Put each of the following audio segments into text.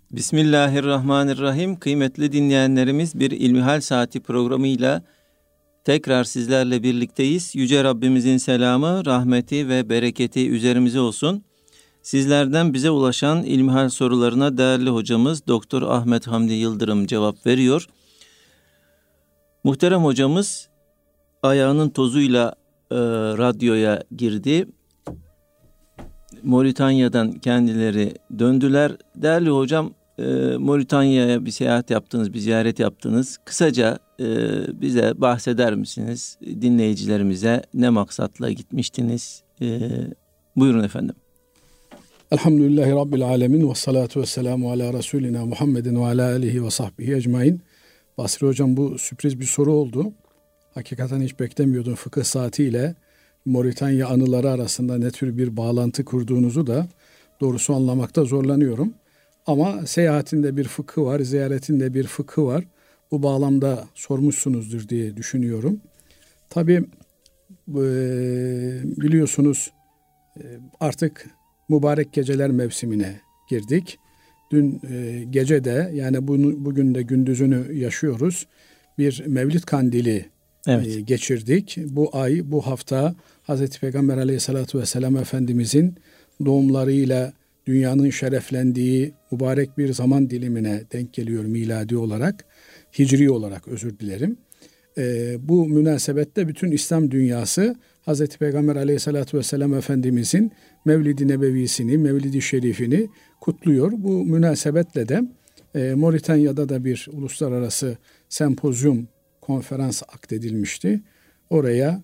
Bismillahirrahmanirrahim. Kıymetli dinleyenlerimiz, bir İlmihal Saati programıyla tekrar sizlerle birlikteyiz. Yüce Rabbimizin selamı, rahmeti ve bereketi üzerimize olsun. Sizlerden bize ulaşan İlmihal sorularına değerli hocamız Doktor Ahmet Hamdi Yıldırım cevap veriyor. Muhterem hocamız ayağının tozuyla radyoya girdi. Moritanya'dan kendileri döndüler. Değerli hocam, Moritanya'ya bir seyahat yaptınız, bir ziyaret yaptınız. Kısaca bize bahseder misiniz? Dinleyicilerimize ne maksatla gitmiştiniz? Buyurun efendim. Elhamdülillahi Rabbil alemin ve salatu ve selamu ala Resulina Muhammedin ve ala alihi ve sahbihi ecmain. Basri hocam, bu sürpriz bir soru oldu. Hakikaten hiç beklemiyordum. Fıkıh saatiyle Moritanya anıları arasında ne tür bir bağlantı kurduğunuzu da doğrusu anlamakta zorlanıyorum. Ama seyahatinde bir fıkhı var, ziyaretinde bir fıkhı var. Bu bağlamda sormuşsunuzdur diye düşünüyorum. Tabii biliyorsunuz artık mübarek geceler mevsimine girdik. Dün gece de, yani bugün de gündüzünü yaşıyoruz. Bir Mevlid Kandili geçirdik. Bu ay, bu hafta Hazreti Peygamber Aleyhisselatü Vesselam Efendimizin doğumlarıyla dünyanın şereflendiği mübarek bir zaman dilimine denk geliyor miladi olarak, hicri olarak özür dilerim. Bu münasebette bütün İslam dünyası Hazreti Peygamber Aleyhisselatü Vesselam Efendimizin Mevlid-i Nebevisini, Mevlid-i Şerifini kutluyor. Bu münasebetle de Moritanya'da da bir uluslararası sempozyum, konferans akdedilmişti. Oraya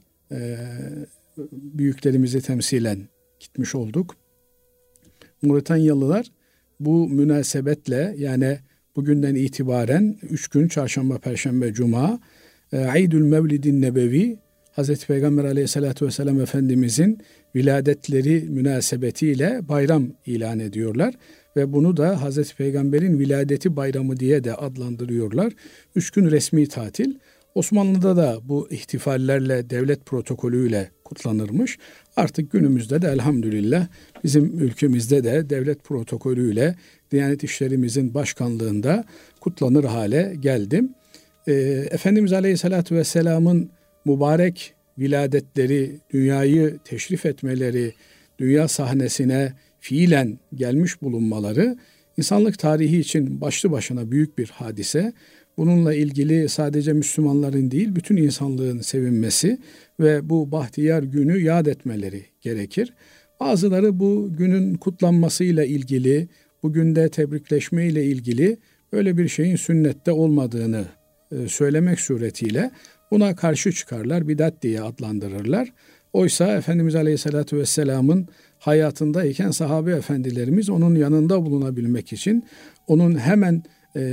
büyüklerimizi temsilen gitmiş olduk. Moritanyalılar bu münasebetle, yani bugünden itibaren 3 gün, çarşamba, perşembe, cuma, Eidül Mevlid-i Nebevi, Hazreti Peygamber Aleyhisselatü Vesselam Efendimizin viladetleri münasebetiyle bayram ilan ediyorlar. Ve bunu da Hazreti Peygamber'in viladeti bayramı diye de adlandırıyorlar. 3 gün resmi tatil. Osmanlı'da da bu ihtifallerle, devlet protokolüyle kutlanırmış. Artık günümüzde de elhamdülillah bizim ülkemizde de devlet protokolüyle Diyanet İşlerimizin başkanlığında kutlanır hale geldi. Efendimiz Aleyhisselatü Vesselam'ın mübarek viladetleri, dünyayı teşrif etmeleri, dünya sahnesine fiilen gelmiş bulunmaları insanlık tarihi için başlı başına büyük bir hadise. Bununla ilgili sadece Müslümanların değil, bütün insanlığın sevinmesi ve bu bahtiyar günü yad etmeleri gerekir. Bazıları bu günün kutlanmasıyla ilgili, bugün de tebrikleşmeyle ilgili öyle bir şeyin sünnette olmadığını söylemek suretiyle buna karşı çıkarlar, bidat diye adlandırırlar. Oysa Efendimiz Aleyhisselatü Vesselam'ın hayatındayken sahabe efendilerimiz onun yanında bulunabilmek için, onun hemen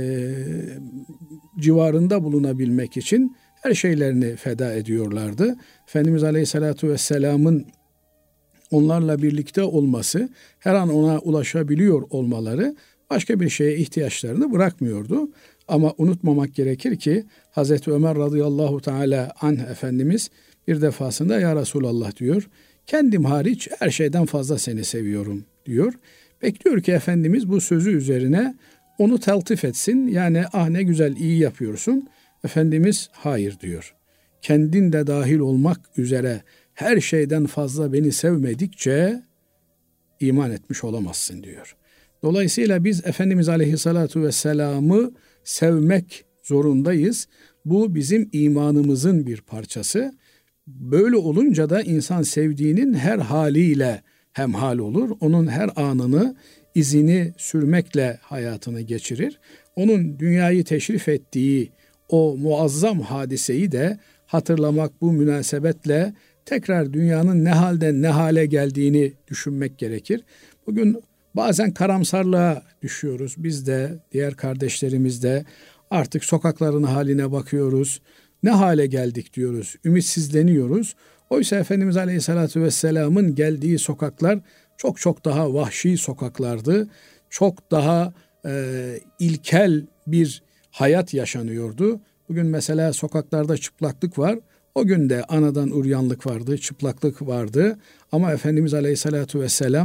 civarında bulunabilmek için her şeylerini feda ediyorlardı. Efendimiz Aleyhisselatü Vesselam'ın onlarla birlikte olması, her an ona ulaşabiliyor olmaları başka bir şeye ihtiyaçlarını bırakmıyordu. Ama unutmamak gerekir ki Hazreti Ömer radıyallahu teala anh Efendimiz bir defasında "Ya Resulallah" diyor, "kendim hariç her şeyden fazla seni seviyorum" diyor. Bekliyor ki Efendimiz bu sözü üzerine onu teltif etsin. Yani ne güzel, iyi yapıyorsun. Efendimiz hayır diyor. Kendin de dahil olmak üzere her şeyden fazla beni sevmedikçe iman etmiş olamazsın diyor. Dolayısıyla biz Efendimiz Aleyhisselatü Vesselam'ı sevmek zorundayız. Bu bizim imanımızın bir parçası. Böyle olunca da insan sevdiğinin her haliyle hemhal olur. Onun her anını, izini sürmekle hayatını geçirir. Onun dünyayı teşrif ettiği o muazzam hadiseyi de hatırlamak, bu münasebetle tekrar dünyanın ne halden ne hale geldiğini düşünmek gerekir. Bugün bazen karamsarlığa düşüyoruz. Biz de, diğer kardeşlerimiz de artık sokakların haline bakıyoruz. Ne hale geldik diyoruz, ümitsizleniyoruz. Oysa Efendimiz Aleyhisselatü Vesselam'ın geldiği sokaklar çok çok daha vahşi sokaklardı. Çok daha ilkel bir hayat yaşanıyordu. Bugün mesela sokaklarda çıplaklık var. O gün de anadan uryanlık vardı, çıplaklık vardı. Ama Efendimiz Aleyhisselatü Vesselam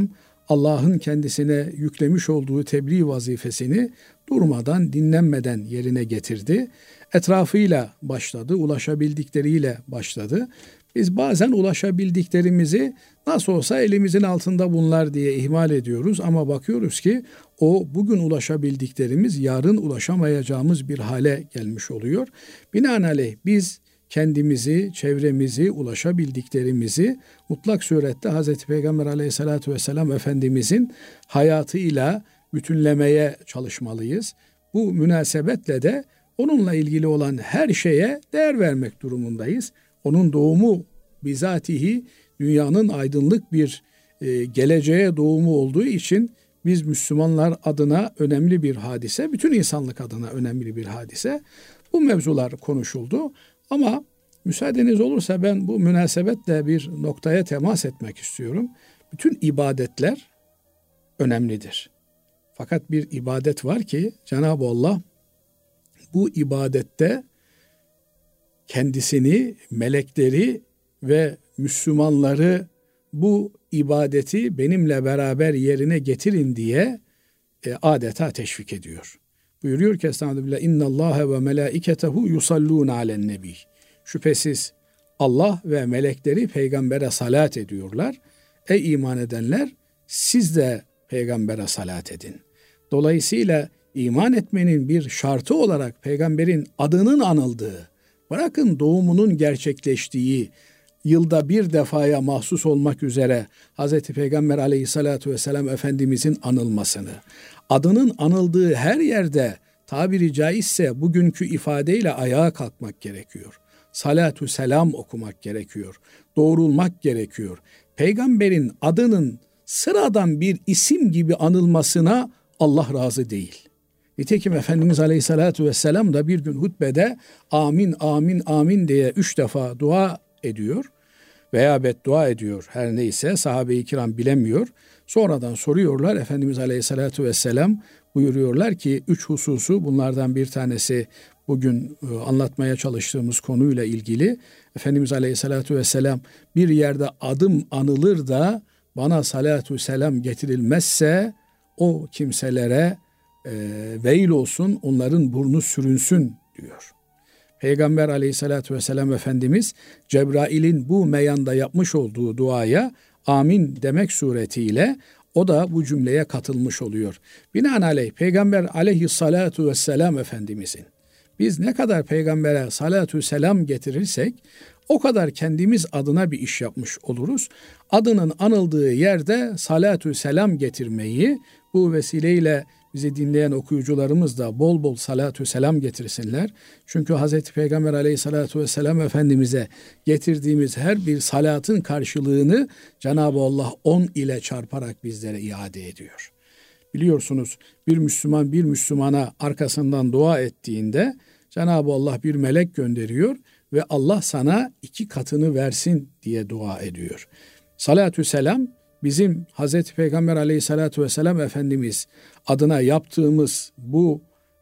Allah'ın kendisine yüklemiş olduğu tebliğ vazifesini durmadan, dinlenmeden yerine getirdi. Etrafıyla başladı, ulaşabildikleriyle başladı. Biz bazen ulaşabildiklerimizi nasıl olsa elimizin altında bunlar diye ihmal ediyoruz ama bakıyoruz ki o bugün ulaşabildiklerimiz yarın ulaşamayacağımız bir hale gelmiş oluyor. Binaenaleyh biz kendimizi, çevremizi, ulaşabildiklerimizi mutlak surette Hz. Peygamber aleyhissalatü vesselam Efendimizin hayatıyla bütünlemeye çalışmalıyız. Bu münasebetle de onunla ilgili olan her şeye değer vermek durumundayız. Onun doğumu bizatihi dünyanın aydınlık bir geleceğe doğumu olduğu için biz Müslümanlar adına önemli bir hadise, bütün insanlık adına önemli bir hadise. Bu mevzular konuşuldu ama müsaadeniz olursa ben bu münasebetle bir noktaya temas etmek istiyorum. Bütün ibadetler önemlidir. Fakat bir ibadet var ki Cenab-ı Allah bu ibadette kendisini, melekleri ve Müslümanları bu ibadeti benimle beraber yerine getirin diye adeta teşvik ediyor. Buyuruyor ki Estağfirullah innallâhe ve melâiketehu yusallûne alen nebi. Şüphesiz Allah ve melekleri peygambere salat ediyorlar. Ey iman edenler siz de peygambere salat edin. Dolayısıyla iman etmenin bir şartı olarak peygamberin adının anıldığı, bırakın doğumunun gerçekleştiği, yılda bir defaya mahsus olmak üzere Hz. Peygamber aleyhissalatu vesselam Efendimizin anılmasını, adının anıldığı her yerde tabiri caizse bugünkü ifadeyle ayağa kalkmak gerekiyor. Salatü selam okumak gerekiyor. Doğrulmak gerekiyor. Peygamberin adının sıradan bir isim gibi anılmasına Allah razı değil. Nitekim Efendimiz Aleyhisselatü Vesselam da bir gün hutbede amin amin amin diye 3 defa dua ediyor veya beddua ediyor. Her neyse sahabe-i kiram bilemiyor. Sonradan soruyorlar. Efendimiz Aleyhisselatü Vesselam buyuruyorlar ki 3 hususu, bunlardan bir tanesi bugün anlatmaya çalıştığımız konuyla ilgili. Efendimiz Aleyhisselatü Vesselam bir yerde adım anılır da bana salatü selam getirilmezse o kimselere veil olsun, onların burnu sürünsün diyor. Peygamber aleyhissalatü vesselam Efendimiz Cebrail'in bu meyanda yapmış olduğu duaya amin demek suretiyle o da bu cümleye katılmış oluyor. Binaenaleyh Peygamber aleyhissalatu vesselam Efendimizin biz ne kadar peygambere salatü selam getirirsek o kadar kendimiz adına bir iş yapmış oluruz. Adının anıldığı yerde salatü selam getirmeyi, bu vesileyle bizi dinleyen okuyucularımız da bol bol salatü selam getirsinler. Çünkü Hz. Peygamber aleyhissalatu vesselam Efendimiz'e getirdiğimiz her bir salatın karşılığını Cenab-ı Allah 10 ile çarparak bizlere iade ediyor. Biliyorsunuz bir Müslüman bir Müslümana arkasından dua ettiğinde Cenab-ı Allah bir melek gönderiyor ve Allah sana 2 katını versin diye dua ediyor. Salatü selam bizim Hazreti Peygamber aleyhissalatu vesselam Efendimiz adına yaptığımız bu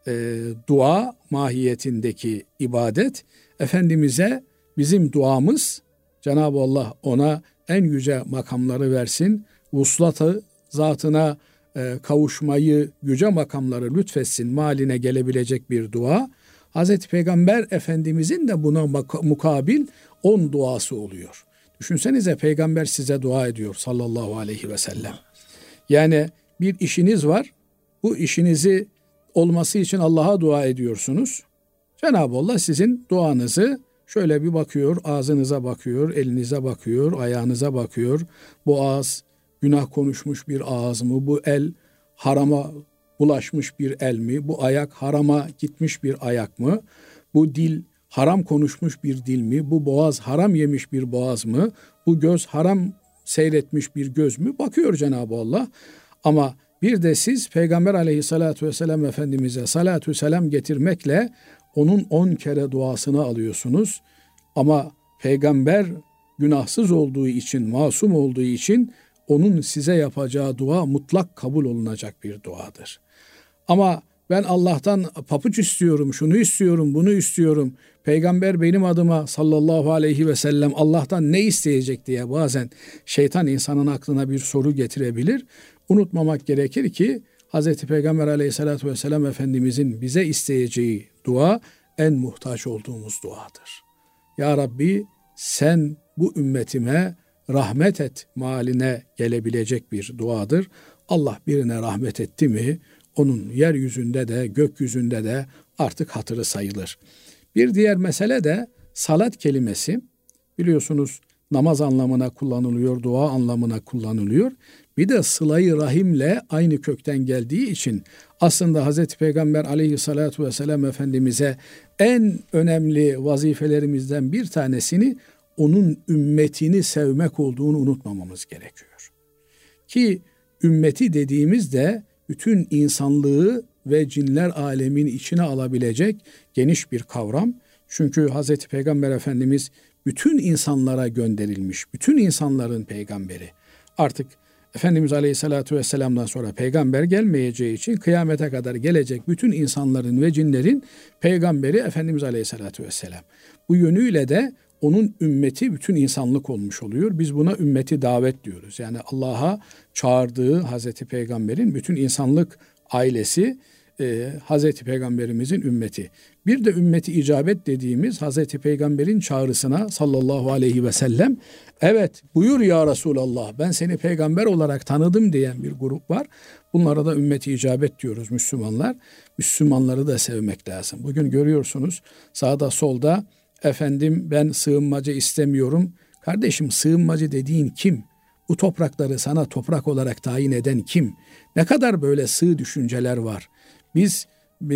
dua mahiyetindeki ibadet, Efendimiz'e bizim duamız, Cenab-ı Allah ona en yüce makamları versin, vuslatı zatına kavuşmayı, yüce makamları lütfetsin maline gelebilecek bir dua. Hazreti Peygamber Efendimizin de buna mukabil 10 duası oluyor. Düşünsenize peygamber size dua ediyor sallallahu aleyhi ve sellem. Yani bir işiniz var. Bu işinizi olması için Allah'a dua ediyorsunuz. Cenab-ı Allah sizin duanızı şöyle bir bakıyor, ağzınıza bakıyor, elinize bakıyor, ayağınıza bakıyor. Bu ağız günah konuşmuş bir ağız mı? Bu el harama bulaşmış bir el mi? Bu ayak harama gitmiş bir ayak mı? Bu dil haram konuşmuş bir dil mi? Bu boğaz haram yemiş bir boğaz mı? Bu göz haram seyretmiş bir göz mü? Bakıyor Cenab-ı Allah. Ama bir de siz Peygamber aleyhissalatu vesselam Efendimiz'e salatü selam getirmekle onun 10 kere duasını alıyorsunuz. Ama peygamber günahsız olduğu için, masum olduğu için onun size yapacağı dua mutlak kabul olunacak bir duadır. Ama ben Allah'tan papuç istiyorum, şunu istiyorum, bunu istiyorum. Peygamber benim adıma sallallahu aleyhi ve sellem Allah'tan ne isteyecek diye bazen şeytan insanın aklına bir soru getirebilir. unutmamak gerekir ki Hz. Peygamber aleyhissalatü vesselam Efendimizin bize isteyeceği dua en muhtaç olduğumuz duadır. Ya Rabbi sen bu ümmetime rahmet et maline gelebilecek bir duadır. Allah birine rahmet etti mi onun yeryüzünde de gökyüzünde de artık hatırı sayılır. Bir diğer mesele de salat kelimesi. Biliyorsunuz namaz anlamına kullanılıyor, dua anlamına kullanılıyor. Bir de sıla-i rahimle aynı kökten geldiği için aslında Hz. Peygamber aleyhissalatu vesselam Efendimiz'e en önemli vazifelerimizden bir tanesini onun ümmetini sevmek olduğunu unutmamamız gerekiyor. Ki ümmeti dediğimizde bütün insanlığı ve cinler alemini içine alabilecek geniş bir kavram. Çünkü Hz. Peygamber Efendimiz bütün insanlara gönderilmiş, bütün insanların peygamberi. Artık Efendimiz Aleyhisselatü Vesselam'dan sonra peygamber gelmeyeceği için kıyamete kadar gelecek bütün insanların ve cinlerin peygamberi Efendimiz Aleyhisselatü Vesselam. Bu yönüyle de onun ümmeti bütün insanlık olmuş oluyor. Biz buna ümmeti davet diyoruz. Yani Allah'a çağırdığı Hazreti Peygamber'in bütün insanlık ailesi Hazreti Peygamberimizin ümmeti. Bir de ümmeti icabet dediğimiz Hazreti Peygamber'in çağrısına sallallahu aleyhi ve sellem evet buyur ya Resulallah ben seni peygamber olarak tanıdım diyen bir grup var. Bunlara da ümmeti icabet diyoruz Müslümanlar. Müslümanları da sevmek lazım. Bugün görüyorsunuz sağda solda efendim ben sığınmacı istemiyorum. Kardeşim sığınmacı dediğin kim? Bu toprakları sana toprak olarak tayin eden kim? Ne kadar böyle sığ düşünceler var. Biz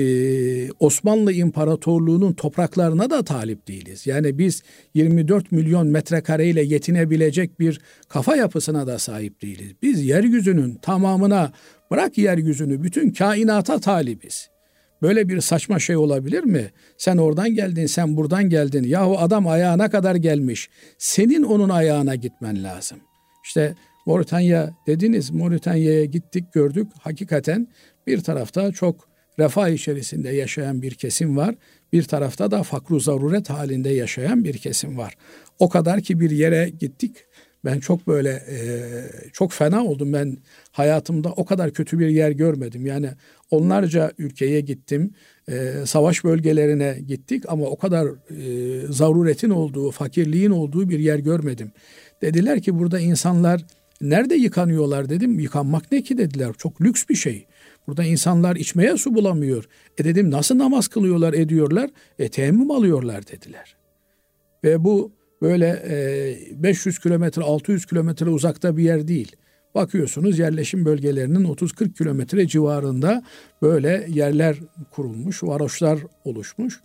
Osmanlı İmparatorluğu'nun topraklarına da talip değiliz. Yani biz 24 milyon metrekareyle yetinebilecek bir kafa yapısına da sahip değiliz. Biz yeryüzünün tamamına bırak yeryüzünü bütün kainata talibiz. Böyle bir saçma şey olabilir mi? Sen oradan geldin, sen buradan geldin. Yahu adam ayağına kadar gelmiş. Senin onun ayağına gitmen lazım. İşte Moritanya dediniz. Moritanya'ya gittik, gördük. Hakikaten bir tarafta çok refah içerisinde yaşayan bir kesim var. Bir tarafta da fakru zaruret halinde yaşayan bir kesim var. O kadar ki bir yere gittik. Ben çok böyle çok fena oldum. Ben hayatımda o kadar kötü bir yer görmedim. Yani onlarca ülkeye gittim. Savaş bölgelerine gittik ama o kadar zaruretin olduğu, fakirliğin olduğu bir yer görmedim. Dediler ki burada insanlar nerede yıkanıyorlar dedim. Yıkanmak ne ki dediler. Çok lüks bir şey. Burada insanlar içmeye su bulamıyor. Dedim nasıl namaz kılıyorlar ediyorlar? Teyemmüm alıyorlar dediler. Ve bu böyle 500 kilometre 600 kilometre uzakta bir yer değil. Bakıyorsunuz yerleşim bölgelerinin 30-40 kilometre civarında böyle yerler kurulmuş, varoşlar oluşmuş.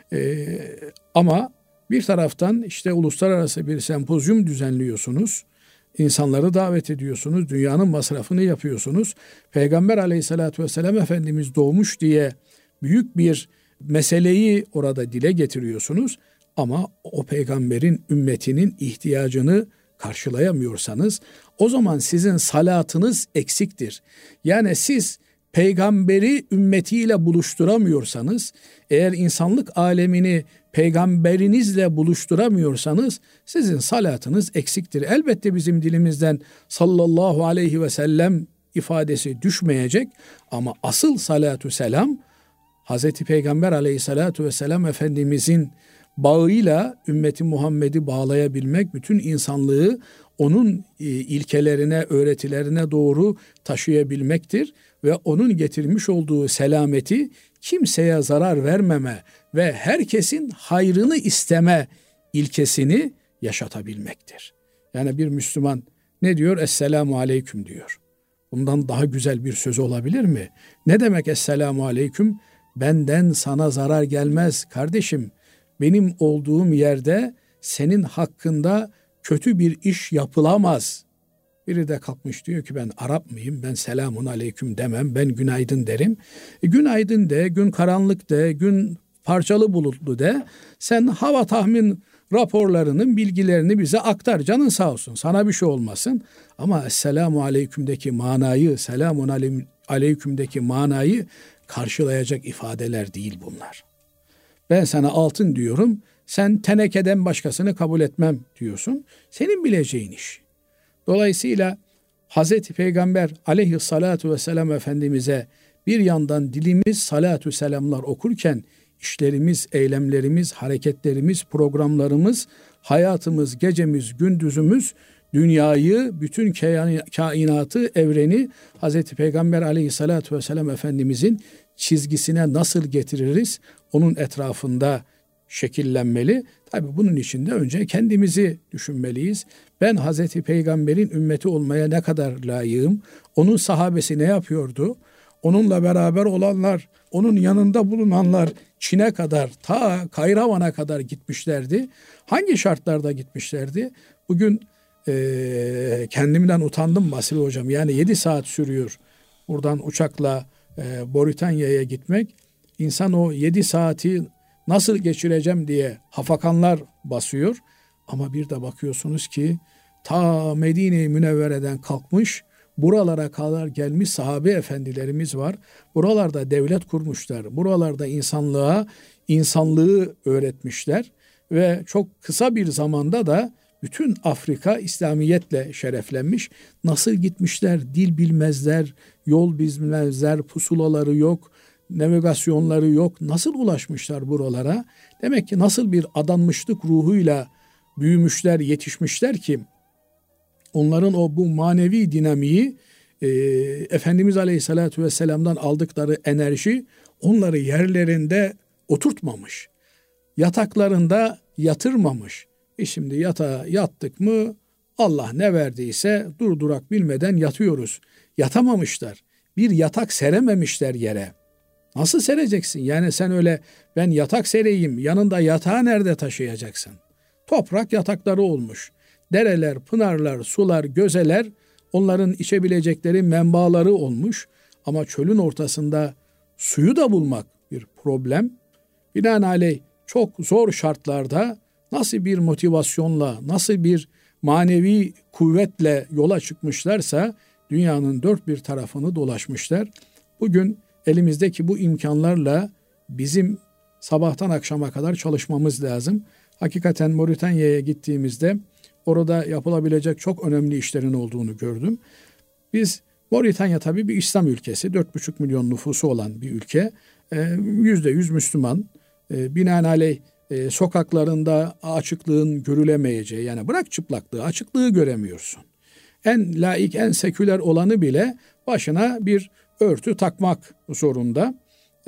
Ama bir taraftan işte uluslararası bir sempozyum düzenliyorsunuz. İnsanları davet ediyorsunuz. Dünyanın masrafını yapıyorsunuz. Peygamber aleyhissalatü vesselam Efendimiz doğmuş diye büyük bir meseleyi orada dile getiriyorsunuz. Ama o peygamberin ümmetinin ihtiyacını karşılayamıyorsanız o zaman sizin salatınız eksiktir. Yani siz peygamberi ümmetiyle buluşturamıyorsanız, eğer insanlık alemini peygamberinizle buluşturamıyorsanız sizin salatınız eksiktir. Elbette bizim dilimizden sallallahu aleyhi ve sellem ifadesi düşmeyecek ama asıl salatü selam Hazreti Peygamber aleyhissalatu vesselam Efendimizin bağıyla ümmeti Muhammed'i bağlayabilmek, bütün insanlığı onun ilkelerine, öğretilerine doğru taşıyabilmektir ve onun getirmiş olduğu selameti kimseye zarar vermeme ve herkesin hayrını isteme ilkesini yaşatabilmektir. Yani bir Müslüman ne diyor? Esselamu aleyküm diyor. Bundan daha güzel bir söz olabilir mi? Ne demek esselamu aleyküm? Benden sana zarar gelmez kardeşim. Benim olduğum yerde senin hakkında kötü bir iş yapılamaz. Biri de kalkmış diyor ki ben Arap mıyım? Ben selamun aleyküm demem. Ben günaydın derim. Günaydın de, gün karanlık de, gün parçalı bulutlu de. Sen hava tahmin raporlarının bilgilerini bize aktar. Canın sağ olsun. Sana bir şey olmasın. Ama esselamu aleykümdeki manayı, selamun aleykümdeki manayı karşılayacak ifadeler değil bunlar. Ben sana altın diyorum, sen tenekeden başkasını kabul etmem diyorsun. Senin bileceğin iş. Dolayısıyla Hazreti Peygamber aleyhissalatu vesselam Efendimiz'e bir yandan dilimiz salatü selamlar okurken işlerimiz, eylemlerimiz, hareketlerimiz, programlarımız, hayatımız, gecemiz, gündüzümüz, dünyayı, bütün kainatı, evreni Hazreti Peygamber aleyhissalatu vesselam Efendimiz'in çizgisine nasıl getiririz? Onun etrafında şekillenmeli. Tabii bunun için de önce kendimizi düşünmeliyiz. Ben Hazreti Peygamber'in ümmeti olmaya ne kadar layığım? Onun sahabesi ne yapıyordu? Onunla beraber olanlar, onun yanında bulunanlar Çin'e kadar, ta Kayravan'a kadar gitmişlerdi. Hangi şartlarda gitmişlerdi? Bugün kendimden utandım Basri Hocam. Yani 7 saat sürüyor buradan uçakla Moritanya'ya gitmek. İnsan o 7 saati nasıl geçireceğim diye hafakanlar basıyor. Ama bir de bakıyorsunuz ki ta Medine-i Münevvere'den kalkmış, buralara kadar gelmiş sahabe efendilerimiz var. Buralarda devlet kurmuşlar. Buralarda insanlığı öğretmişler. Ve çok kısa bir zamanda da bütün Afrika İslamiyetle şereflenmiş. Nasıl gitmişler? Dil bilmezler, yol bilmezler, pusulaları yok, navigasyonları yok. Nasıl ulaşmışlar buralara? Demek ki nasıl bir adanmışlık ruhuyla büyümüşler, yetişmişler ki onların bu manevi dinamiği Efendimiz Aleyhisselatü Vesselam'dan aldıkları enerji onları yerlerinde oturtmamış. Yataklarında yatırmamış. Şimdi yatağa yattık mı Allah ne verdiyse durdurak bilmeden yatıyoruz. Yatamamışlar. Bir yatak serememişler yere. Nasıl sereceksin? Yani sen öyle ben yatak sereyim, yanında yatağı nerede taşıyacaksın? Toprak yatakları olmuş. Dereler, pınarlar, sular, gözeler onların içebilecekleri menbaları olmuş. Ama çölün ortasında suyu da bulmak bir problem. Binaenaleyh çok zor şartlarda nasıl bir motivasyonla, nasıl bir manevi kuvvetle yola çıkmışlarsa dünyanın dört bir tarafını dolaşmışlar. Bugün elimizdeki bu imkanlarla bizim sabahtan akşama kadar çalışmamız lazım. Hakikaten Moritanya'ya gittiğimizde orada yapılabilecek çok önemli işlerin olduğunu gördüm. Moritanya tabii bir İslam ülkesi. 4,5 milyon nüfusu olan bir ülke. %100 Müslüman. Binaenaleyh sokaklarında açıklığın görülemeyeceği, yani bırak çıplaklığı, açıklığı göremiyorsun. En laik, en seküler olanı bile başına bir örtü takmak zorunda.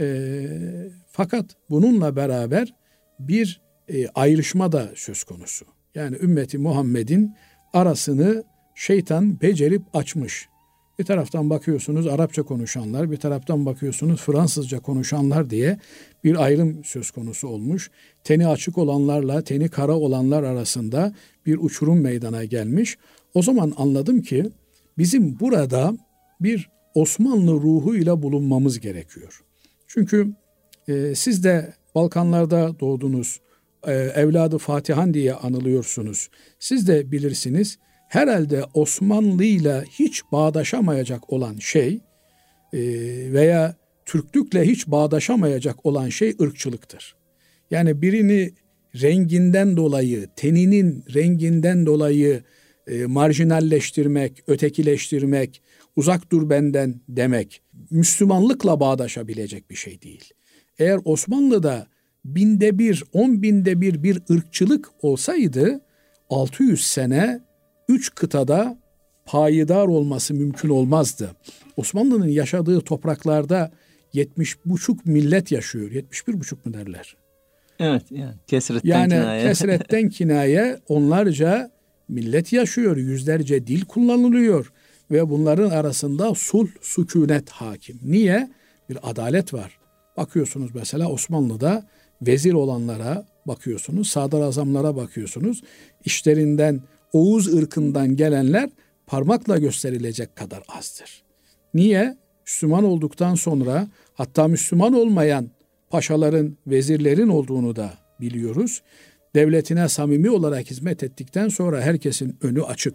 Fakat bununla beraber bir ayrışma da söz konusu. Yani ümmeti Muhammed'in arasını şeytan becerip açmış. Bir taraftan bakıyorsunuz Arapça konuşanlar, bir taraftan bakıyorsunuz Fransızca konuşanlar diye bir ayrım söz konusu olmuş. Teni açık olanlarla teni kara olanlar arasında bir uçurum meydana gelmiş. O zaman anladım ki bizim burada bir Osmanlı ruhuyla bulunmamız gerekiyor. Çünkü siz de Balkanlarda doğdunuz, evladı Fatihan diye anılıyorsunuz. Siz de bilirsiniz. Herhalde Osmanlı'yla hiç bağdaşamayacak olan şey veya Türklükle hiç bağdaşamayacak olan şey ırkçılıktır. Yani birini renginden dolayı, teninin renginden dolayı marjinalleştirmek, ötekileştirmek, uzak dur benden demek Müslümanlıkla bağdaşabilecek bir şey değil. Eğer Osmanlı'da 1000'de 1, bir ırkçılık olsaydı 600 sene 3 kıtada payidar olması mümkün olmazdı. Osmanlı'nın yaşadığı topraklarda 70,5 millet yaşıyor. 71,5 mu derler? Evet, yani kesretten kinaye onlarca millet yaşıyor. Yüzlerce dil kullanılıyor ve bunların arasında sulh, sükunet hakim. Niye? Bir adalet var. Bakıyorsunuz mesela Osmanlı'da vezir olanlara bakıyorsunuz, sadrazamlara bakıyorsunuz. İşlerinden Oğuz ırkından gelenler parmakla gösterilecek kadar azdır. Niye? Müslüman olduktan sonra hatta Müslüman olmayan paşaların, vezirlerin olduğunu da biliyoruz. Devletine samimi olarak hizmet ettikten sonra herkesin önü açık.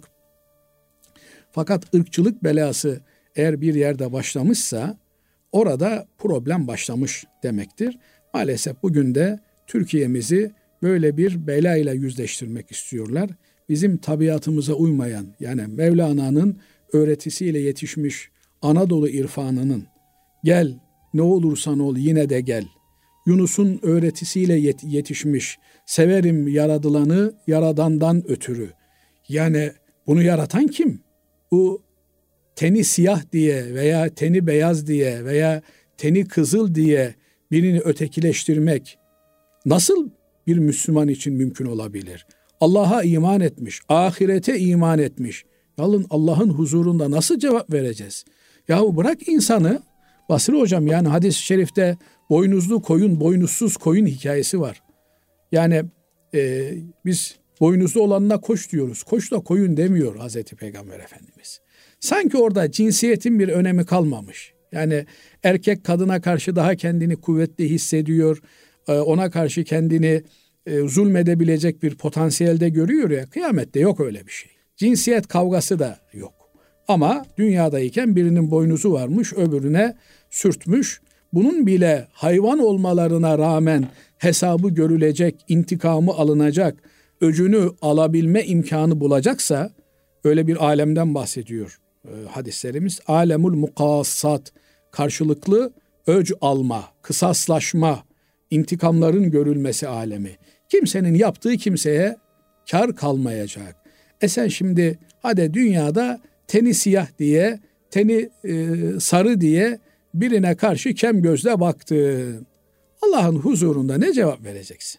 Fakat ırkçılık belası eğer bir yerde başlamışsa orada problem başlamış demektir. Maalesef bugün de Türkiye'mizi böyle bir belayla yüzleştirmek istiyorlar. Bizim tabiatımıza uymayan, yani Mevlana'nın öğretisiyle yetişmiş Anadolu irfanının gel ne olursan ol yine de gel. Yunus'un öğretisiyle yetişmiş severim yaradılanı yaradandan ötürü. Yani bunu yaratan kim? Bu teni siyah diye veya teni beyaz diye veya teni kızıl diye birini ötekileştirmek nasıl bir Müslüman için mümkün olabilir? Allah'a iman etmiş, ahirete iman etmiş. Yalın Allah'ın huzurunda nasıl cevap vereceğiz? Yahu bırak insanı, Basri Hocam, yani hadis-i şerifte boynuzlu koyun, boynuzsuz koyun hikayesi var. Yani biz boynuzlu olanına koş diyoruz. Koş da koyun demiyor Hazreti Peygamber Efendimiz. Sanki orada cinsiyetin bir önemi kalmamış. Yani erkek kadına karşı daha kendini kuvvetli hissediyor. Ona karşı kendini zulmedebilecek bir potansiyelde görüyor ya. Kıyamette yok öyle bir şey. Cinsiyet kavgası da yok. Ama dünyadayken birinin boynuzu varmış, öbürüne sürtmüş. Bunun bile hayvan olmalarına rağmen hesabı görülecek, intikamı alınacak, öcünü alabilme imkanı bulacaksa öyle bir alemden bahsediyor hadislerimiz. Alemul mukassat, karşılıklı öc alma, kısaslaşma, intikamların görülmesi alemi. Kimsenin yaptığı kimseye kar kalmayacak. Sen şimdi hadi dünyada teni siyah diye, teni sarı diye birine karşı kem gözle baktın. Allah'ın huzurunda ne cevap vereceksin?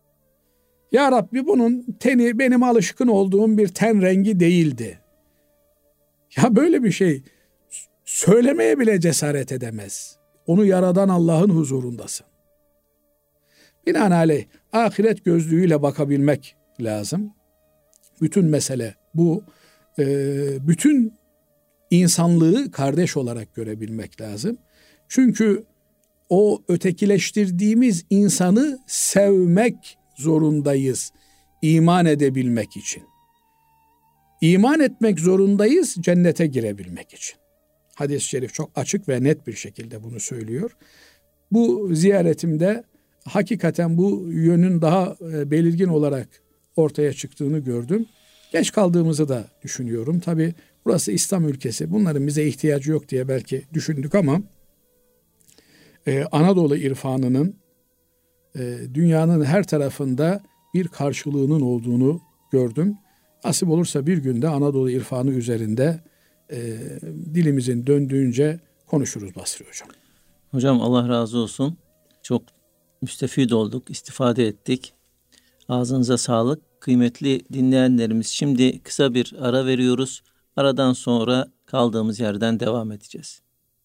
Ya Rabbi, bunun teni benim alışkın olduğum bir ten rengi değildi. Ya böyle bir şey söylemeye bile cesaret edemez. Onu yaradan Allah'ın huzurundasın. Binaenaleyh ahiret gözlüğüyle bakabilmek lazım. Bütün mesele bu. Bütün insanlığı kardeş olarak görebilmek lazım. Çünkü o ötekileştirdiğimiz insanı sevmek zorundayız iman edebilmek için. İman etmek zorundayız cennete girebilmek için. Hadis-i şerif çok açık ve net bir şekilde bunu söylüyor. Bu ziyaretimde hakikaten bu yönün daha belirgin olarak ortaya çıktığını gördüm. Geç kaldığımızı da düşünüyorum. Tabii burası İslam ülkesi. Bunların bize ihtiyacı yok diye belki düşündük ama Anadolu irfanının dünyanın her tarafında bir karşılığının olduğunu gördüm. Nasip olursa bir günde Anadolu irfanı üzerinde dilimizin döndüğünce konuşuruz Basri Hocam. Hocam Allah razı olsun. Çok müstefid olduk, istifade ettik. Ağzınıza sağlık. Kıymetli dinleyenlerimiz, şimdi kısa bir ara veriyoruz. Aradan sonra kaldığımız yerden devam edeceğiz.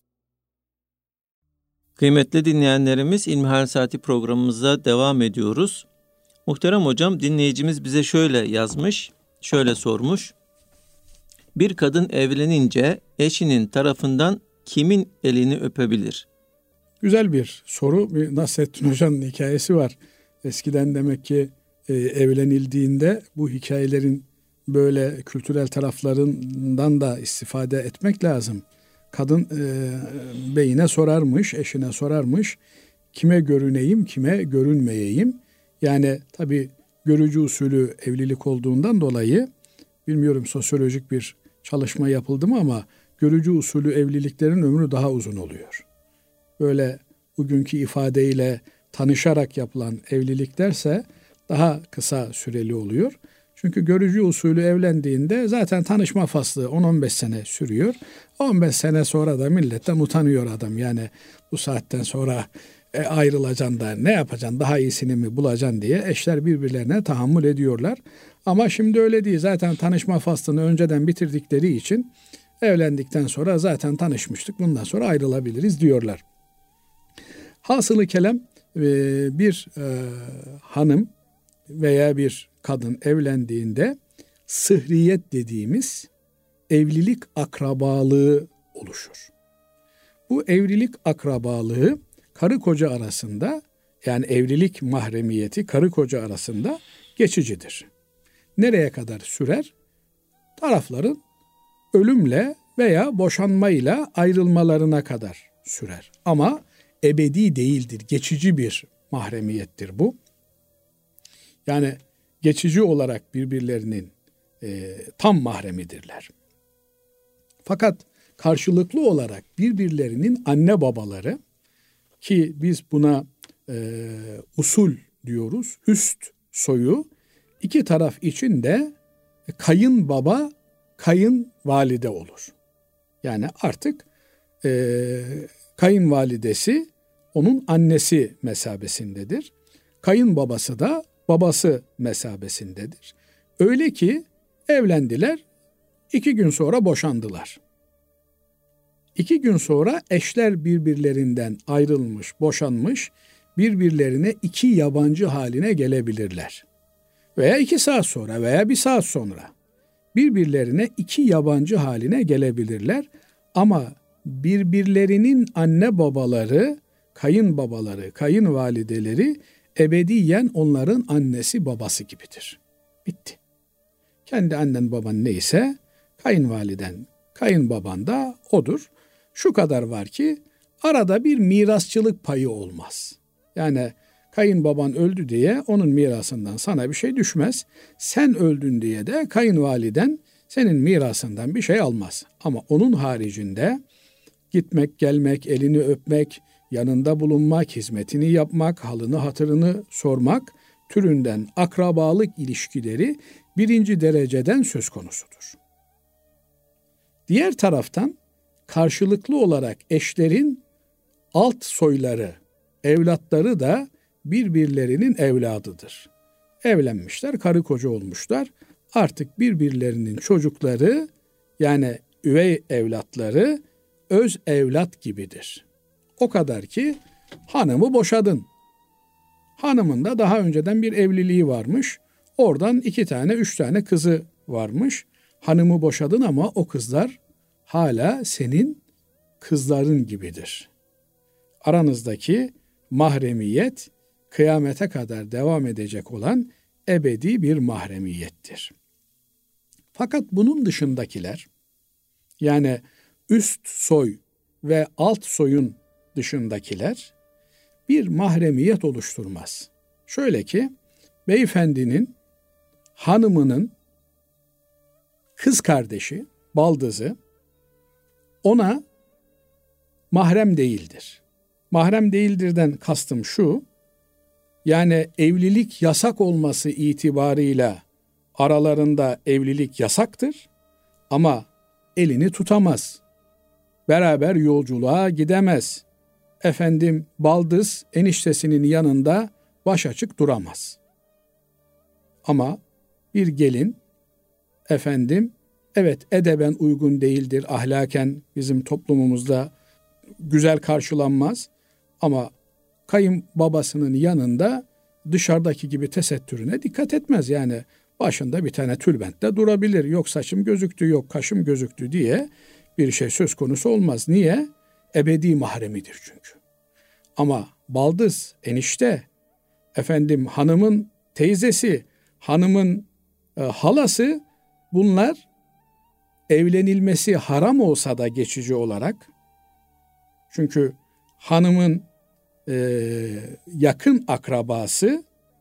Kıymetli dinleyenlerimiz, İlmihal Saati programımıza devam ediyoruz. Muhterem hocam, dinleyicimiz bize şöyle yazmış, şöyle sormuş. Bir kadın evlenince eşinin tarafından kimin elini öpebilir? Güzel bir soru. Bir Nasrettin Hoca'nın hikayesi var. Eskiden demek ki evlenildiğinde bu hikayelerin böyle kültürel taraflarından da istifade etmek lazım. Kadın beyine sorarmış, eşine sorarmış. Kime görüneyim, kime görünmeyeyim? Yani tabii görücü usulü evlilik olduğundan dolayı, bilmiyorum sosyolojik bir çalışma yapıldı mı ama görücü usulü evliliklerin ömrü daha uzun oluyor. Böyle bugünkü ifadeyle tanışarak yapılan evliliklerse daha kısa süreli oluyor. Çünkü görücü usulü evlendiğinde zaten tanışma faslı 10-15 sene sürüyor. 15 sene sonra da milletten utanıyor adam. Yani bu saatten sonra ayrılacaksın da ne yapacaksın, daha iyisini mi bulacaksın diye eşler birbirlerine tahammül ediyorlar. Ama şimdi öyle değil. Zaten tanışma faslını önceden bitirdikleri için evlendikten sonra zaten tanışmıştık, bundan sonra ayrılabiliriz diyorlar. Hasılı kelam, bir hanım veya bir kadın evlendiğinde sıhriyet dediğimiz evlilik akrabalığı oluşur. Bu evlilik akrabalığı karı koca arasında, yani evlilik mahremiyeti karı koca arasında geçicidir. Nereye kadar sürer? Tarafların ölümle veya boşanmayla ayrılmalarına kadar sürer. Ama ebedi değildir, geçici bir mahremiyettir bu. Yani geçici olarak birbirlerinin tam mahremidirler. Fakat karşılıklı olarak birbirlerinin anne babaları, ki biz buna usul diyoruz, üst soyu, iki taraf için de kayınbaba, kayınvalide olur. Yani artık kayınvalidesi onun annesi mesabesindedir. Kayınbabası da babası mesabesindedir. Öyle ki evlendiler, 2 gün sonra boşandılar. 2 gün sonra eşler birbirlerinden ayrılmış, boşanmış, birbirlerine 2 yabancı haline gelebilirler. Veya 2 saat sonra veya 1 saat sonra birbirlerine 2 yabancı haline gelebilirler. Ama birbirlerinin anne babaları, kayınbabaları, kayınvalideleri ebediyen onların annesi babası gibidir. Bitti. Kendi annen baban neyse kayınvaliden, kayınbaban da odur. Şu kadar var ki arada bir mirasçılık payı olmaz. Yani kayınbaban öldü diye onun mirasından sana bir şey düşmez. Sen öldün diye de kayınvaliden senin mirasından bir şey almaz. Ama onun haricinde gitmek, gelmek, elini öpmek, yanında bulunmak, hizmetini yapmak, halını hatırını sormak türünden akrabalık ilişkileri 1. dereceden söz konusudur. Diğer taraftan karşılıklı olarak eşlerin alt soyları, evlatları da birbirlerinin evladıdır. Evlenmişler, karı koca olmuşlar. Artık birbirlerinin çocukları, yani üvey evlatları öz evlat gibidir. O kadar ki hanımı boşadın. Hanımın da daha önceden bir evliliği varmış. Oradan 2 tane, 3 tane kızı varmış. Hanımı boşadın ama o kızlar hala senin kızların gibidir. Aranızdaki mahremiyet kıyamete kadar devam edecek olan ebedi bir mahremiyettir. Fakat bunun dışındakiler, yani üst soy ve alt soyun dışındakiler bir mahremiyet oluşturmaz. Şöyle ki, beyefendinin hanımının kız kardeşi, baldızı ona mahrem değildir. Mahrem değildirden kastım şu, yani evlilik yasak olması itibarıyla aralarında evlilik yasaktır ama elini tutamaz. Beraber yolculuğa gidemez. Baldız eniştesinin yanında baş açık duramaz. Ama bir gelin, evet edeben uygun değildir, ahlaken bizim toplumumuzda güzel karşılanmaz ama kayınbabasının yanında dışarıdaki gibi tesettürüne dikkat etmez. Yani başında bir tane tülbentle durabilir. Yok saçım gözüktü, yok kaşım gözüktü diye bir şey söz konusu olmaz. Niye? Ebedi mahremidir çünkü. Ama baldız, enişte, hanımın teyzesi, hanımın halası, bunlar evlenilmesi haram olsa da geçici olarak, çünkü hanımın yakın akrabası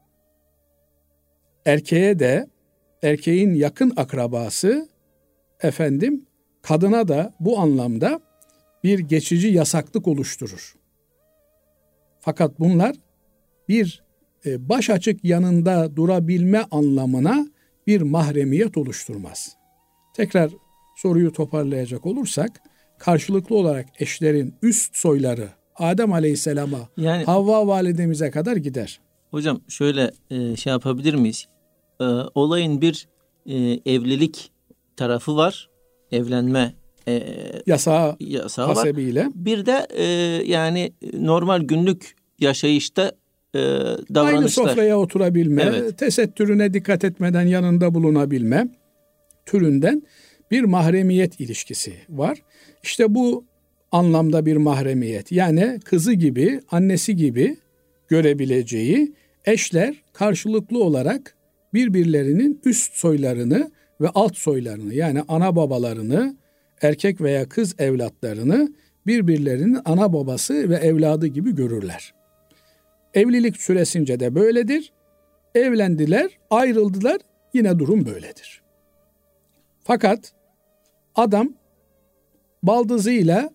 erkeğe de, erkeğin yakın akrabası kadına da bu anlamda bir geçici yasaklık oluşturur. Fakat bunlar bir baş açık yanında durabilme anlamına bir mahremiyet oluşturmaz. Tekrar soruyu toparlayacak olursak, karşılıklı olarak eşlerin üst soyları Adem Aleyhisselam'a, yani, Havva validemize kadar gider. Hocam şöyle yapabilir miyiz? Olayın bir evlilik tarafı var. Evlenme yasağı hasebiyle. Var. Bir de yani normal günlük yaşayışta davranışlar. Aynı sofraya oturabilme, evet, tesettürüne dikkat etmeden yanında bulunabilme türünden bir mahremiyet ilişkisi var. İşte bu anlamda bir mahremiyet, yani kızı gibi, annesi gibi görebileceği eşler karşılıklı olarak birbirlerinin üst soylarını ve alt soylarını, yani ana babalarını, erkek veya kız evlatlarını birbirlerinin ana babası ve evladı gibi görürler. Evlilik süresince de böyledir. Evlendiler, ayrıldılar, yine durum böyledir. Fakat adam baldızıyla,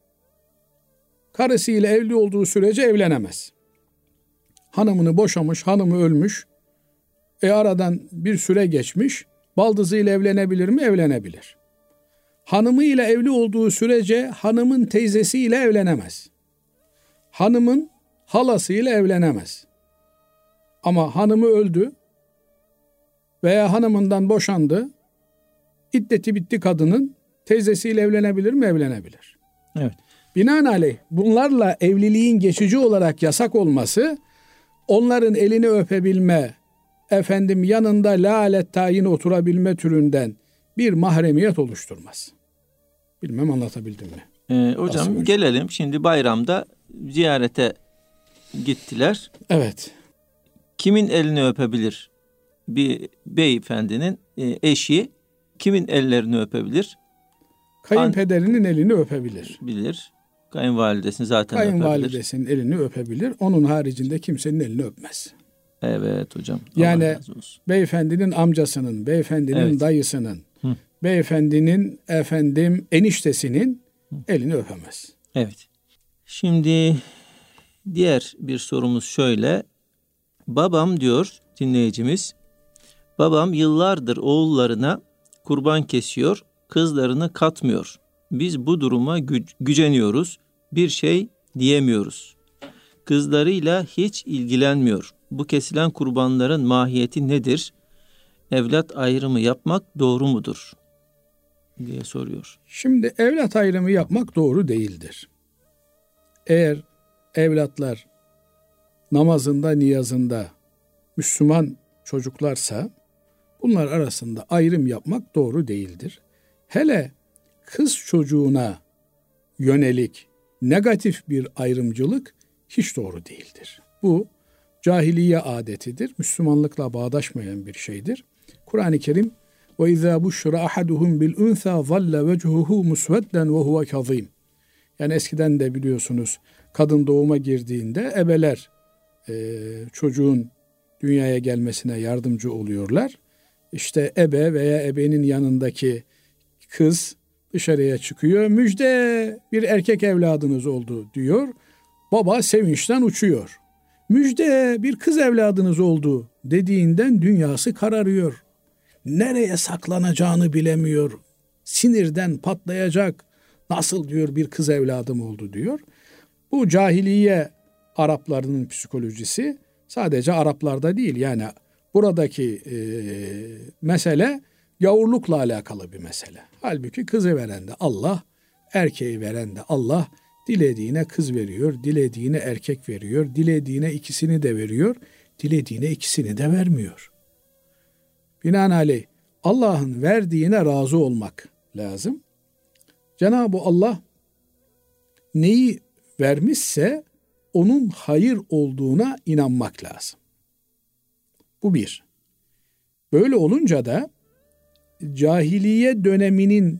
karısıyla evli olduğu sürece evlenemez. Hanımını boşamış, hanımı ölmüş. Aradan bir süre geçmiş. Baldızıyla evlenebilir mi? Evlenebilir. Hanımıyla evli olduğu sürece hanımın teyzesiyle evlenemez. Hanımın halasıyla evlenemez. Ama hanımı öldü veya hanımından boşandı. İddeti bitti kadının. Teyzesiyle evlenebilir mi? Evlenebilir. Evet. Binaenaleyh bunlarla evliliğin geçici olarak yasak olması, onların elini öpebilme, yanında lâlet tayin oturabilme türünden bir mahremiyet oluşturmaz. Bilmem anlatabildim mi? Hocam gelelim şimdi bayramda ziyarete gittiler. Evet. Kimin elini öpebilir? Bir beyefendinin eşi kimin ellerini öpebilir? Kayınpederinin elini öpebilir. Bilir. Kayınvalidesini zaten Kayınvalidesinin elini öpebilir. Onun haricinde kimsenin elini öpmez. Evet hocam. Yani beyefendinin amcasının, beyefendinin dayısının, beyefendinin eniştesinin elini öpemez. Evet. Şimdi diğer bir sorumuz şöyle. Babam diyor dinleyicimiz, babam yıllardır oğullarına kurban kesiyor, kızlarını katmıyor. Biz bu duruma güceniyoruz, bir şey diyemiyoruz. Kızlarıyla hiç ilgilenmiyor. Bu kesilen kurbanların mahiyeti nedir? Evlat ayrımı yapmak doğru mudur? Diye soruyor. Şimdi evlat ayrımı yapmak doğru değildir. Eğer evlatlar namazında, niyazında Müslüman çocuklarsa bunlar arasında ayrım yapmak doğru değildir. Hele kız çocuğuna yönelik negatif bir ayrımcılık hiç doğru değildir. Bu cahiliye adetidir. Müslümanlıkla bağdaşmayan bir şeydir. Kur'an-ı Kerim وَاِذَا بُشْرَ أَحَدُهُمْ بِالْاُنْثَى ظَلَّ وَجْهُهُ مُسْوَدًّا وَهُوَ كَظِيمٌ. Yani eskiden de biliyorsunuz kadın doğuma girdiğinde ebeler çocuğun dünyaya gelmesine yardımcı oluyorlar. İşte ebe veya ebenin yanındaki kız dışarıya çıkıyor. Müjde, bir erkek evladınız oldu diyor. Baba sevinçten uçuyor. Müjde, bir kız evladınız oldu dediğinden dünyası kararıyor. Nereye saklanacağını bilemiyor. Sinirden patlayacak. Nasıl diyor bir kız evladım oldu diyor. Bu cahiliye Araplarının psikolojisi, sadece Araplarda değil. Yani buradaki mesele gavurlukla alakalı bir mesele. Halbuki kızı veren de Allah, erkeği veren de Allah. Dilediğine kız veriyor, dilediğine erkek veriyor, dilediğine ikisini de veriyor, dilediğine ikisini de vermiyor. Binaenaleyh Allah'ın verdiğine razı olmak lazım. Cenab-ı Allah neyi vermişse onun hayır olduğuna inanmak lazım. Bu bir. Böyle olunca da cahiliye döneminin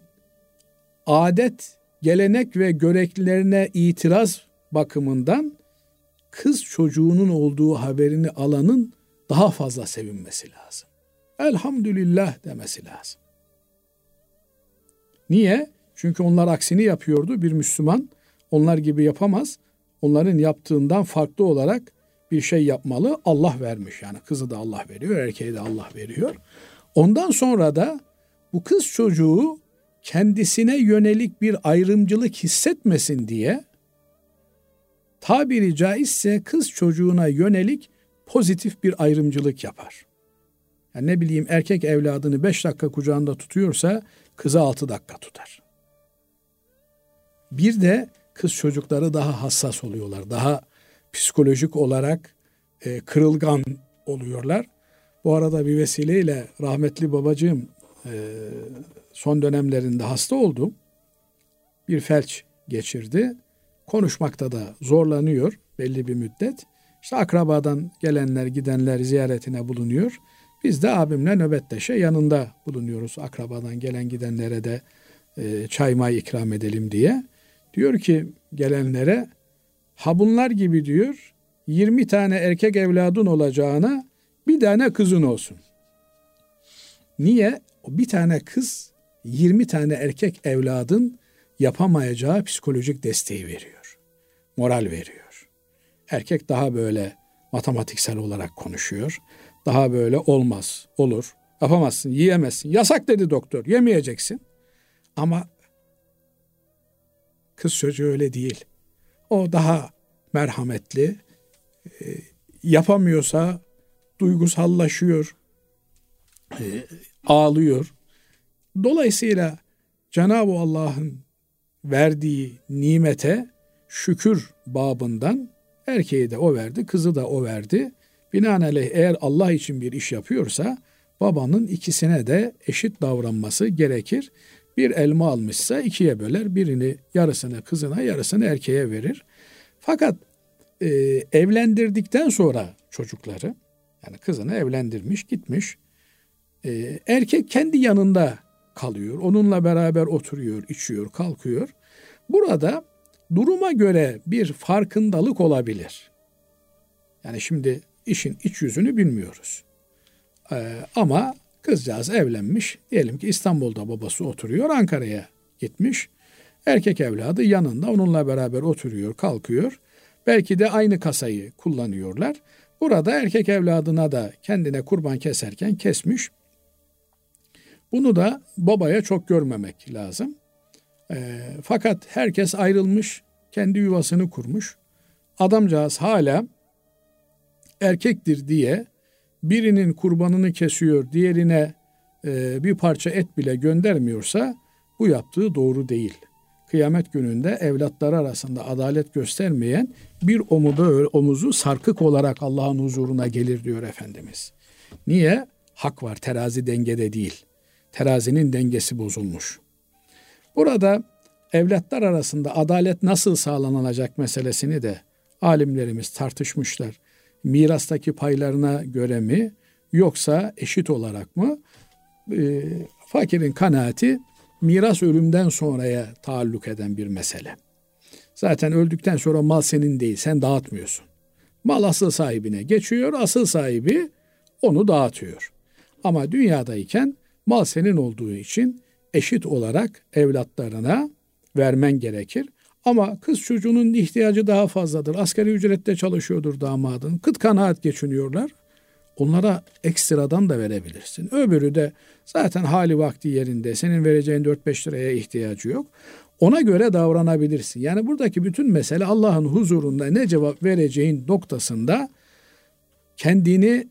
adet, gelenek ve göreneklerine itiraz bakımından kız çocuğunun olduğu haberini alanın daha fazla sevinmesi lazım. Elhamdülillah demesi lazım. Niye? Çünkü onlar aksini yapıyordu. Bir Müslüman onlar gibi yapamaz. Onların yaptığından farklı olarak bir şey yapmalı. Allah vermiş, yani kızı da Allah veriyor, erkeği de Allah veriyor. Ondan sonra da bu kız çocuğu kendisine yönelik bir ayrımcılık hissetmesin diye tabiri caizse kız çocuğuna yönelik pozitif bir ayrımcılık yapar. Yani ne bileyim, erkek evladını 5 dakika kucağında tutuyorsa kızı 6 dakika tutar. Bir de kız çocukları daha hassas oluyorlar. Daha psikolojik olarak kırılgan oluyorlar. Bu arada bir vesileyle rahmetli babacığım son dönemlerinde hasta oldu. Bir felç geçirdi. Konuşmakta da zorlanıyor belli bir müddet. İşte akrabadan gelenler gidenler ziyaretine bulunuyor. Biz de abimle nöbetteşe yanında bulunuyoruz. Akrabadan gelen gidenlere de çay may ikram edelim diye. Diyor ki gelenlere, ha bunlar gibi diyor 20 tane erkek evladın olacağına bir tane kızın olsun. Niye? O bir tane kız 20 tane erkek evladın yapamayacağı psikolojik desteği veriyor. Moral veriyor. Erkek daha böyle matematiksel olarak konuşuyor. Daha böyle olmaz, olur, yapamazsın, yiyemezsin. Yasak dedi doktor, yemeyeceksin. Ama kız çocuğu öyle değil. O daha merhametli, yapamıyorsa duygusallaşıyor, ağlıyor. Dolayısıyla Cenab-ı Allah'ın verdiği nimete şükür babından erkeği de o verdi, kızı da o verdi. Binaenaleyh eğer Allah için bir iş yapıyorsa babanın ikisine de eşit davranması gerekir. Bir elma almışsa ikiye böler, birini yarısını kızına, yarısını erkeğe verir. Fakat evlendirdikten sonra çocukları, yani kızını evlendirmiş, gitmiş, erkek kendi yanında kalıyor. Onunla beraber oturuyor, içiyor, kalkıyor. Burada duruma göre bir farkındalık olabilir. Yani şimdi işin iç yüzünü bilmiyoruz. Ama kızcağız evlenmiş. Diyelim ki İstanbul'da babası oturuyor, Ankara'ya gitmiş. Erkek evladı yanında onunla beraber oturuyor, kalkıyor. Belki de aynı kasayı kullanıyorlar. Burada erkek evladına da kendine kurban keserken kesmiş. Bunu da babaya çok görmemek lazım. Fakat herkes ayrılmış, kendi yuvasını kurmuş. Adamcağız hala erkektir diye birinin kurbanını kesiyor, diğerine bir parça et bile göndermiyorsa bu yaptığı doğru değil. Kıyamet gününde evlatları arasında adalet göstermeyen bir omuzu sarkık olarak Allah'ın huzuruna gelir diyor Efendimiz. Niye? Hak var, terazi dengede değil. Terazinin dengesi bozulmuş. Burada evlatlar arasında adalet nasıl sağlanacak meselesini de alimlerimiz tartışmışlar. Mirastaki paylarına göre mi yoksa eşit olarak mı? Fakirin kanaati miras ölümden sonraya taalluk eden bir mesele. Zaten öldükten sonra mal senin değil, sen dağıtmıyorsun. Mal asıl sahibine geçiyor, asıl sahibi onu dağıtıyor. Ama dünyadayken mal senin olduğu için eşit olarak evlatlarına vermen gerekir. Ama kız çocuğunun ihtiyacı daha fazladır. Asgari ücrette çalışıyordur damadın. Kıt kanaat geçiniyorlar. Onlara ekstradan da verebilirsin. Öbürü de zaten hali vakti yerinde. Senin vereceğin 4-5 liraya ihtiyacı yok. Ona göre davranabilirsin. Yani buradaki bütün mesele Allah'ın huzurunda ne cevap vereceğin noktasında kendini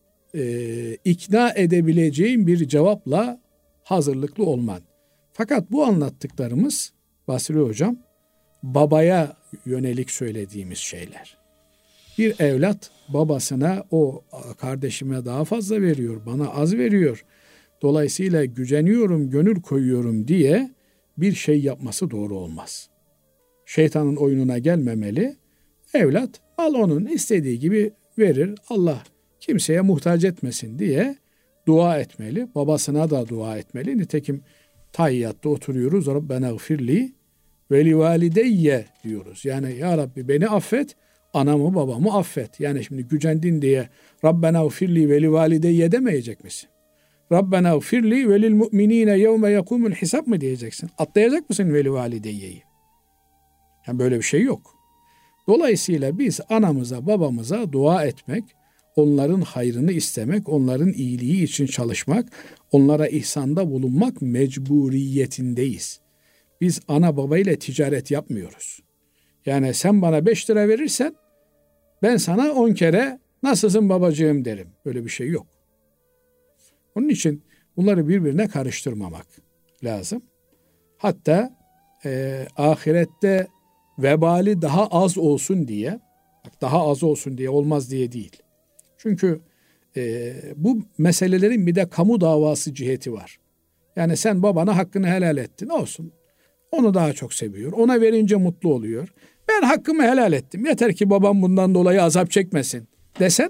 ikna edebileceğin bir cevapla hazırlıklı olman. Fakat bu anlattıklarımız Basri Hocam babaya yönelik söylediğimiz şeyler. Bir evlat babasına o kardeşime daha fazla veriyor, bana az veriyor. Dolayısıyla güceniyorum, gönül koyuyorum diye bir şey yapması doğru olmaz. Şeytanın oyununa gelmemeli. Evlat al onun istediği gibi verir. Allah kimseye muhtaç etmesin diye dua etmeli. Babasına da dua etmeli. Nitekim tahiyyatta oturuyoruz. Rabbena gfirli ve li valideyye diyoruz. Yani ya Rabbi beni affet, anamı babamı affet. Yani şimdi gücendin diye Rabbena gfirli ve li valideyye demeyecek misin? Rabbena gfirli ve lil mu'minine yevme yekumul hisab mı diyeceksin? Atlayacak mısın ve li valideyyeyi? Yani böyle bir şey yok. Dolayısıyla biz anamıza babamıza dua etmek, onların hayrını istemek, onların iyiliği için çalışmak, onlara ihsanda bulunmak mecburiyetindeyiz. Biz ana babayla ticaret yapmıyoruz. Yani sen bana 5 lira verirsen ben sana 10 kere nasılsın babacığım derim. Böyle bir şey yok. Onun için bunları birbirine karıştırmamak lazım. Hatta ahirette vebali daha az olsun diye, daha az olsun diye olmaz diye değil. Çünkü bu meselelerin bir de kamu davası ciheti var. Yani sen babana hakkını helal ettin, olsun. Onu daha çok seviyor. Ona verince mutlu oluyor. Ben hakkımı helal ettim. Yeter ki babam bundan dolayı azap çekmesin desen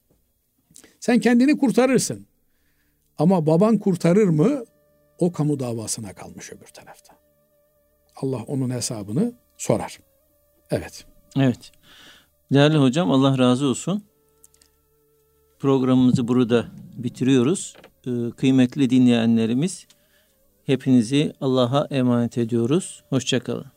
sen kendini kurtarırsın. Ama baban kurtarır mı? O kamu davasına kalmış öbür tarafta. Allah onun hesabını sorar. Evet. Evet. Değerli hocam, Allah razı olsun. Programımızı burada bitiriyoruz. Kıymetli dinleyenlerimiz, Hepinizi Allah'a emanet ediyoruz. Hoşça kalın.